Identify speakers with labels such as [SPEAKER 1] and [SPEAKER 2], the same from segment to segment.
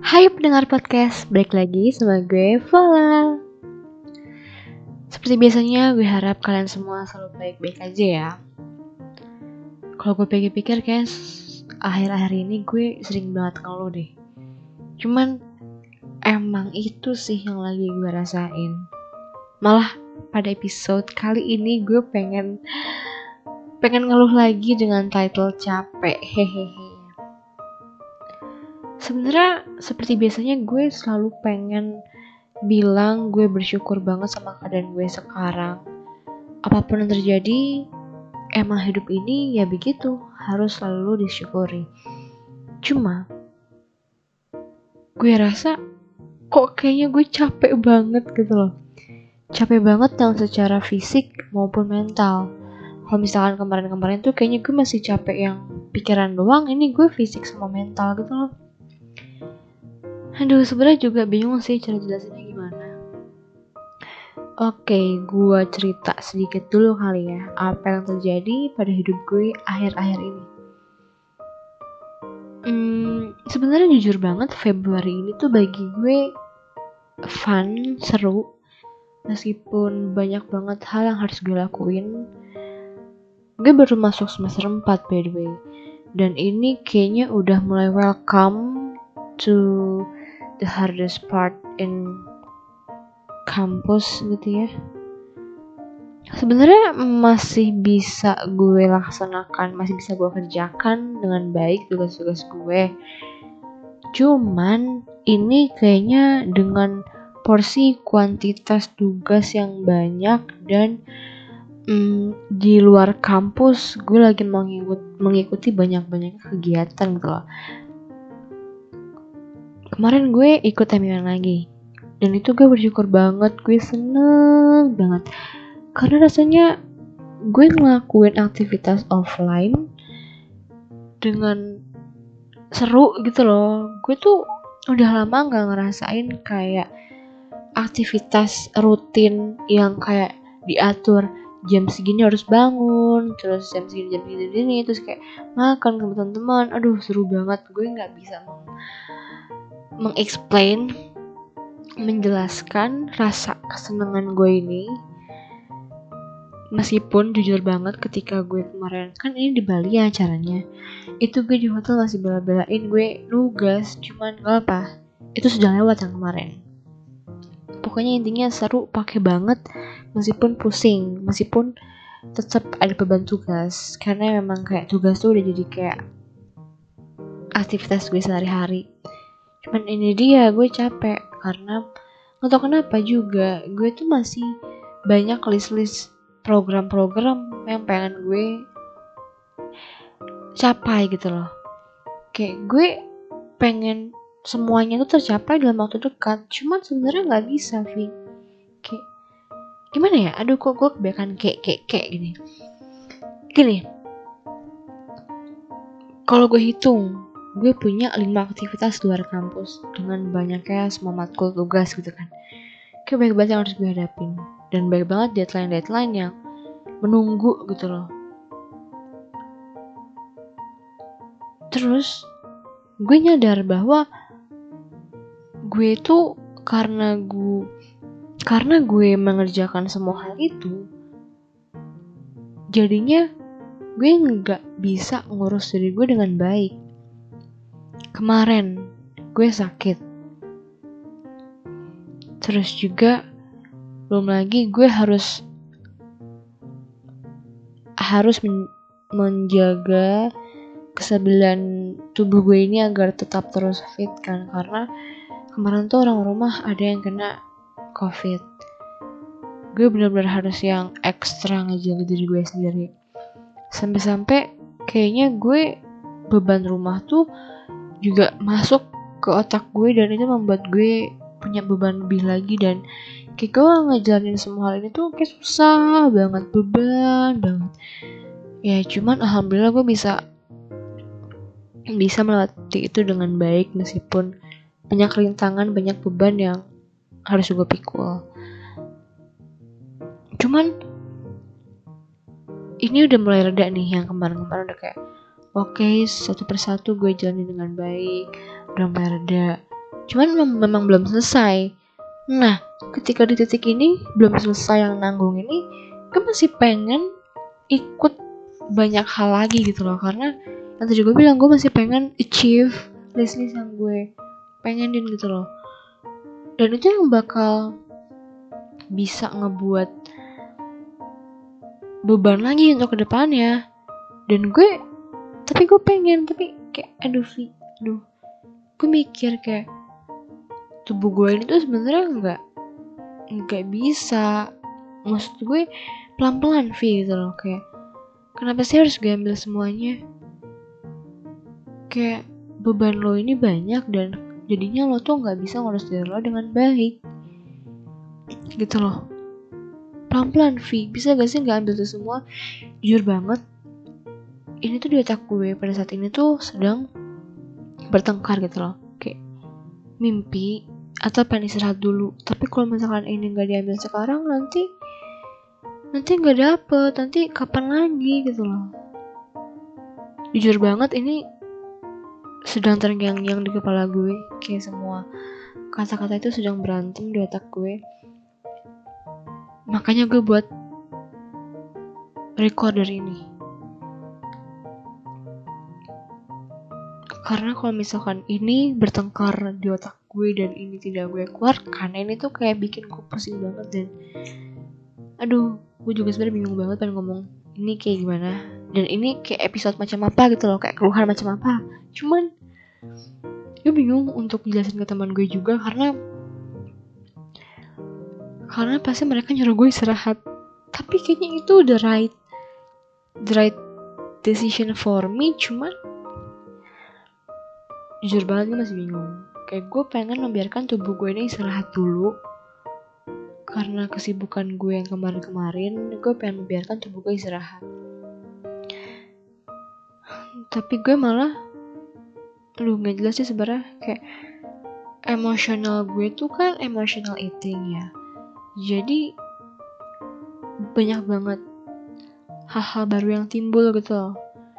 [SPEAKER 1] Hai pendengar podcast, balik lagi sama gue Vola. Seperti biasanya gue harap kalian semua selalu baik-baik aja ya. Kalau gue pikir-pikir kayak akhir-akhir ini gue sering banget ngeluh deh. Cuman emang itu sih yang lagi gue rasain. Malah pada episode kali ini gue pengen ngeluh lagi dengan title capek. Hehehe. Sebenarnya seperti biasanya gue selalu pengen bilang gue bersyukur banget sama keadaan gue sekarang. Apapun yang terjadi, emang hidup ini ya begitu, harus selalu disyukuri. Cuma gue rasa kok kayaknya gue capek banget gitu loh. Capek banget yang secara fisik maupun mental. Kalau misalkan kemarin-kemarin tuh kayaknya gue masih capek yang pikiran doang, ini gue fisik sama mental gitu loh. Aduh, sebenarnya juga bingung sih cara jelasinnya gimana. Oke, gue cerita sedikit dulu kali ya, apa yang terjadi pada hidup gue akhir-akhir ini. Sebenarnya jujur banget Februari ini tuh bagi gue fun, seru. Meskipun banyak banget hal yang harus gue lakuin. Gue baru masuk semester 4 by the way. Dan ini kayaknya udah mulai welcome to the hardest part in kampus gitu ya. Sebenarnya masih bisa gue laksanakan, masih bisa gue kerjakan dengan baik tugas-tugas gue. Cuman ini kayaknya dengan porsi kuantitas tugas yang banyak dan di luar kampus gue lagi mengikuti banyak kegiatan gitu loh. Kemarin gue ikut TMUN lagi dan itu gue bersyukur banget, gue seneng banget karena rasanya gue ngelakuin aktivitas offline dengan seru gitu loh. Gue tuh udah lama gak ngerasain kayak aktivitas rutin yang kayak diatur jam segini harus bangun, terus jam segini, terus kayak makan sama teman-teman. Aduh seru banget, gue gak bisa mengeksplain, menjelaskan rasa kesenangan gue ini. Meskipun jujur banget ketika gue kemarin, kan ini di Bali ya acaranya, itu gue di hotel masih bela-belain gue nugas, cuman gak apa, itu sudah lewat yang kemarin. Pokoknya intinya seru, pakai banget, meskipun pusing, meskipun tetap ada beban tugas, karena memang kayak tugas tuh udah jadi kayak aktivitas gue sehari-hari. Cuman ini dia, gue capek karena gak tau kenapa juga gue tuh masih banyak list-list program-program yang pengen gue capai gitu loh. Kayak gue pengen semuanya tuh tercapai dalam waktu dekat, cuman sebenarnya nggak bisa, Vi. Kayak gimana ya? Aduh, kok gue kebanyakan kayak gini. Kalau gue hitung, gue punya 5 aktivitas luar kampus dengan banyaknya semua matkul tugas gitu kan. Kayak banyak banget yang harus gue hadapin dan banyak banget deadline yang menunggu gitu loh. Terus gue nyadar bahwa gue tuh karena gue mengerjakan semua hal itu, jadinya gue nggak bisa ngurus diri gue dengan baik. Kemarin gue sakit, terus juga belum lagi gue harus menjaga kestabilan tubuh gue ini agar tetap terus fit kan, karena kemarin tuh orang rumah ada yang kena COVID. Gue benar-benar harus yang ekstra ngejaga diri gue sendiri. Sampai-sampai kayaknya gue beban rumah tuh juga masuk ke otak gue dan itu membuat gue punya beban lebih lagi, dan kayak gue ngejalanin semua hal ini tuh kayak susah banget, beban banget. Ya cuman alhamdulillah gue bisa melewati itu dengan baik meskipun banyak rintangan, banyak beban yang harus gue pikul. Cuman ini udah mulai reda nih, yang kemarin-kemarin udah kayak oke, satu persatu gue jalanin dengan baik, udah mulai reda. cuman memang belum selesai. Nah, ketika di titik ini belum selesai yang nanggung ini, gue masih pengen ikut banyak hal lagi gitu loh, karena yang tadi gue bilang gue masih pengen achieve list yang gue pengenin gitu loh, dan itu yang bakal bisa ngebuat beban lagi untuk kedepannya. Dan gue pengen, tapi kayak aduh gue mikir kayak tubuh gue ini tuh sebenarnya nggak bisa, maksud gue pelan-pelan gitu loh, kayak kenapa sih harus gue ambil semuanya, kayak beban lo ini banyak dan jadinya lo tuh nggak bisa ngurus diri lo dengan baik gitu loh. Pelan-pelan bisa gak sih nggak ambil itu semua. Jujur banget, ini tuh di otak gue pada saat ini tuh sedang bertengkar gitu loh, kayak mimpi atau pengen istirahat dulu. Tapi kalau misalkan ini nggak diambil sekarang, nanti nggak dapet, nanti kapan lagi gitu loh. Jujur banget ini sedang terngiang-ngiang di kepala gue, kayak semua kata-kata itu sedang berantem di otak gue. Makanya gue buat recorder ini, karena kalau misalkan ini bertengkar di otak gue dan ini tidak gue keluarkan, ini tuh kayak bikin gue pusing banget. Dan aduh, gue juga sebenarnya bingung banget pengen ngomong ini kayak gimana, dan ini kayak episode macam apa gitu loh, kayak keluhan macam apa. Cuman gue bingung untuk jelasin ke teman gue juga, karena pasti mereka nyuruh gue istirahat, tapi kayaknya itu the right decision for me. Cuman jujur banget gue masih bingung, kayak gue pengen membiarkan tubuh gue ini istirahat dulu, karena kesibukan gue yang kemarin-kemarin, gue pengen membiarkan tubuh gue istirahat. Tapi gue malah gak jelas sih sebenarnya, kayak emosional gue tuh kan emotional eating ya, jadi banyak banget hal-hal baru yang timbul gitu loh.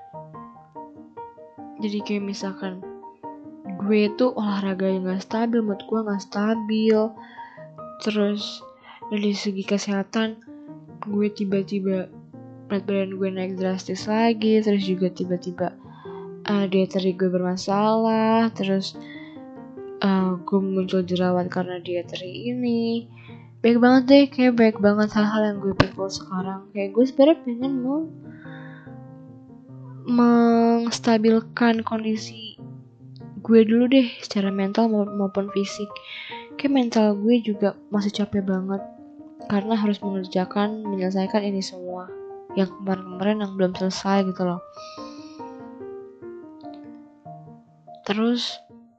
[SPEAKER 1] Jadi kayak misalkan gue tuh olahraga yang gak stabil, mood gue gak stabil, terus dari segi kesehatan gue tiba-tiba berat badan gue naik drastis lagi, terus juga tiba-tiba dietary gue bermasalah, terus gue muncul jerawat karena dietary ini. Baik banget deh, kayak baik banget hal-hal yang gue pikul sekarang. Kayak gue sebenarnya pengen mau menstabilkan kondisi gue dulu deh, secara mental maupun fisik. Kayak mental gue juga masih capek banget karena harus menyelesaikan ini semua yang kemarin-kemarin yang belum selesai gitu loh. Terus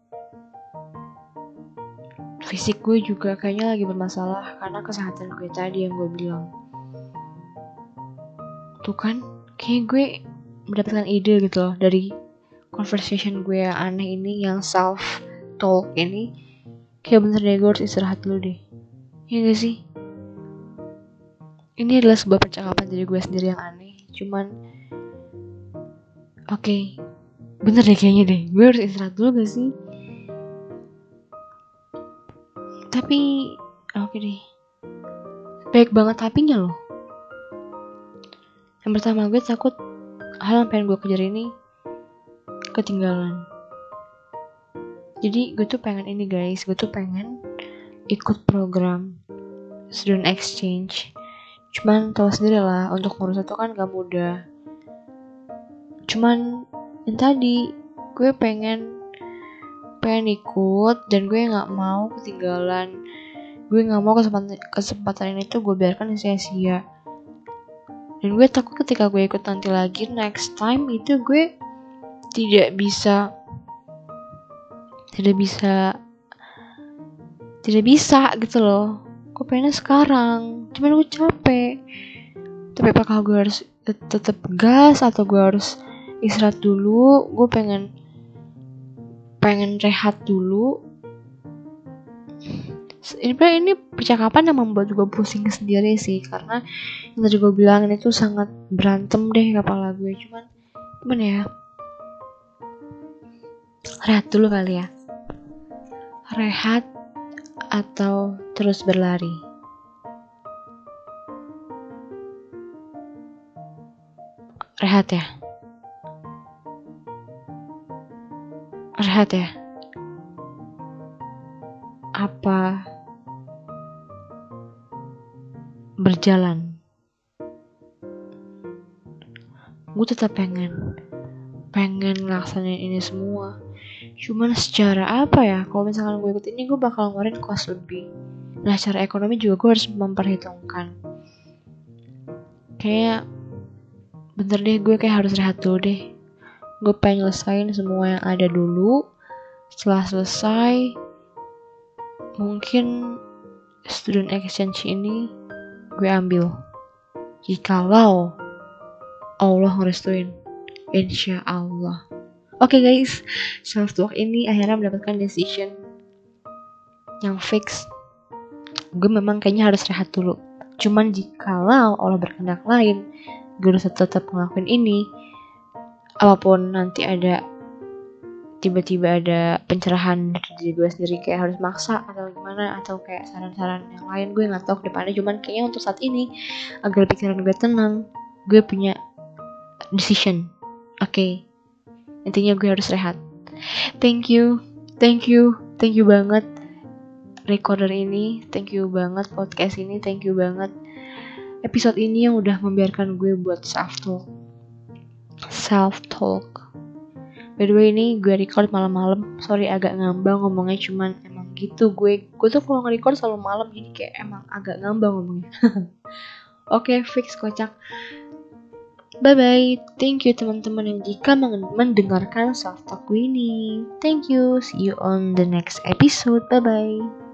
[SPEAKER 1] fisik gue juga kayaknya lagi bermasalah karena kesehatan gue tadi yang gue bilang. Tuh kan, kayak gue mendapatkan ide gitu loh dari conversation gue yang aneh ini, yang self talk ini. Kayak bener deh, gue harus istirahat dulu deh. Ya gak sih? Ini adalah sebuah percakapan dari gue sendiri yang aneh. Cuman oke, bener deh kayaknya deh, gue harus istirahat dulu gak sih? Tapi oke deh, baik banget tapinya loh. Yang pertama, gue takut hal yang pengen gue kejar ini ketinggalan. Jadi gue tuh pengen ini guys, gue tuh pengen ikut program student exchange. Cuman tahu sendiri lah, untuk ngurus itu kan gak mudah. Cuman yang tadi, gue pengen ikut, dan gue gak mau ketinggalan. Gue gak mau kesempatan ini tuh gue biarkan sia-sia. Dan gue takut ketika gue ikut nanti lagi, next time itu gue tidak bisa gitu loh. Gue pengennya sekarang, cuman gue capek. Tapi apakah gue harus tetap gas atau gue harus istirahat dulu? Gue pengen rehat dulu. Ini percakapan yang membuat gue pusing sendiri sih, karena yang tadi gue bilang ini tuh sangat berantem deh kepala gue. Cuman ya, rehat dulu kali ya. Rehat atau terus berlari? Rehat ya? Rehat ya? Apa berjalan? Gue tetap pengen ngelaksanain ini semua. Cuman secara apa ya, kalau misalkan gue ikut ini gue bakal ngeluarin cost lebih. Nah, secara ekonomi juga gue harus memperhitungkan. Kayak bentar deh, gue kayak harus rehat dulu deh. Gue pengen nyelesain semua yang ada dulu. Setelah selesai, mungkin student exchange ini gue ambil. Jikalau Allah ngerestuin, insya Allah. Oke guys, self talk ini akhirnya mendapatkan decision yang fix. Gue memang kayaknya harus rehat dulu. Cuman jikalau Allah berkehendak lain, gue harus tetap ngelakuin ini. Apapun nanti ada tiba-tiba ada pencerahan dari diri gue sendiri kayak harus maksa atau gimana, atau kayak saran-saran yang lain, gue nggak tahu ke depannya. Cuman kayaknya untuk saat ini agar pikiran gue tenang, gue punya decision. Oke. Intinya gue harus rehat. Thank you banget recorder ini, thank you banget podcast ini, thank you banget episode ini yang udah membiarkan gue buat self talk. By the way, ini gue record malam-malam. Sorry agak ngambang ngomongnya, cuman emang gitu gue tuh kalau nge-record selalu malam, jadi kayak emang agak ngambang ngomongnya. Oke, fix kocak. Bye-bye. Thank you teman-teman yang jika mendengarkan self talk gue ini. Thank you. See you on the next episode. Bye-bye.